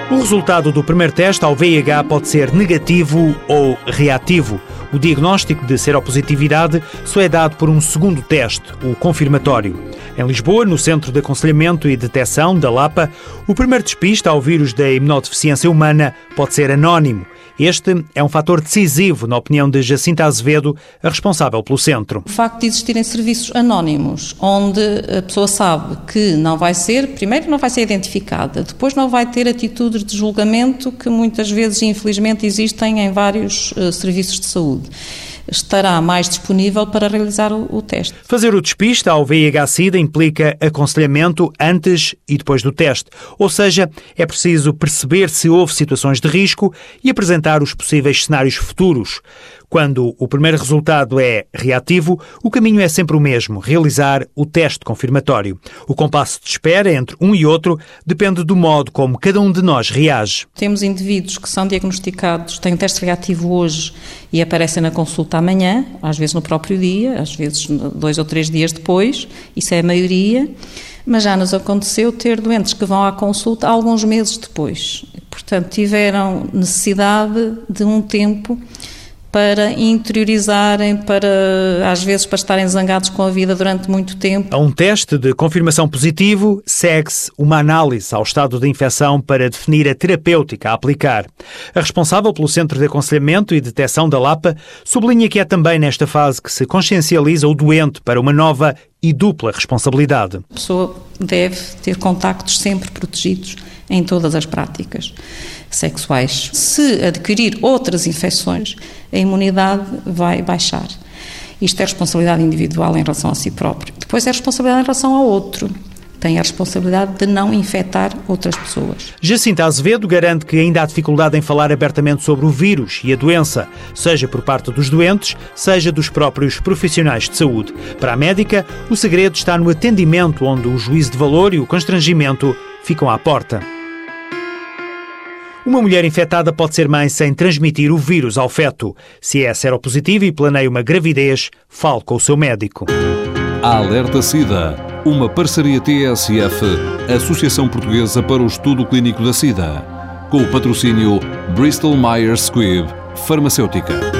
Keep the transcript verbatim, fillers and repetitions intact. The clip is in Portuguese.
O resultado do primeiro teste ao V I H pode ser negativo ou reativo. O diagnóstico de seropositividade só é dado por um segundo teste, o confirmatório. Em Lisboa, no Centro de Aconselhamento e Detecção da Lapa, o primeiro despiste ao vírus da imunodeficiência humana pode ser anónimo. Este é um fator decisivo, na opinião de Jacinta Azevedo, a responsável pelo centro. O facto de existirem serviços anónimos, onde a pessoa sabe que não vai ser, primeiro não vai ser identificada, depois não vai ter atitudes de julgamento que muitas vezes, infelizmente, existem em vários uh, serviços de saúde. Estará mais disponível para realizar o, o teste. Fazer o despiste ao V I H SIDA implica aconselhamento antes e depois do teste. Ou seja, é preciso perceber se houve situações de risco e apresentar os possíveis cenários futuros. Quando o primeiro resultado é reativo, o caminho é sempre o mesmo, realizar o teste confirmatório. O compasso de espera entre um e outro depende do modo como cada um de nós reage. Temos indivíduos que são diagnosticados, têm um teste reativo hoje e aparecem na consulta amanhã, às vezes no próprio dia, às vezes dois ou três dias depois, isso é a maioria, mas já nos aconteceu ter doentes que vão à consulta alguns meses depois. Portanto, tiveram necessidade de um tempo para interiorizarem, para, às vezes, para estarem zangados com a vida durante muito tempo. A um teste de confirmação positivo, segue-se uma análise ao estado de infecção para definir a terapêutica a aplicar. A responsável pelo Centro de Aconselhamento e Detecção da Lapa sublinha que é também nesta fase que se consciencializa o doente para uma nova e dupla responsabilidade. A pessoa deve ter contactos sempre protegidos em todas as práticas sexuais. Se adquirir outras infecções, a imunidade vai baixar. Isto é responsabilidade individual em relação a si próprio. Depois é responsabilidade em relação ao outro. Tem a responsabilidade de não infectar outras pessoas. Jacinta Azevedo garante que ainda há dificuldade em falar abertamente sobre o vírus e a doença, seja por parte dos doentes, seja dos próprios profissionais de saúde. Para a médica, o segredo está no atendimento, onde o juízo de valor e o constrangimento ficam à porta. Uma mulher infectada pode ser mãe sem transmitir o vírus ao feto. Se é seropositiva e planeia uma gravidez, fale com o seu médico. Alerta SIDA, uma parceria T S F, Associação Portuguesa para o Estudo Clínico da SIDA, com o patrocínio Bristol Myers Squibb Farmacêutica.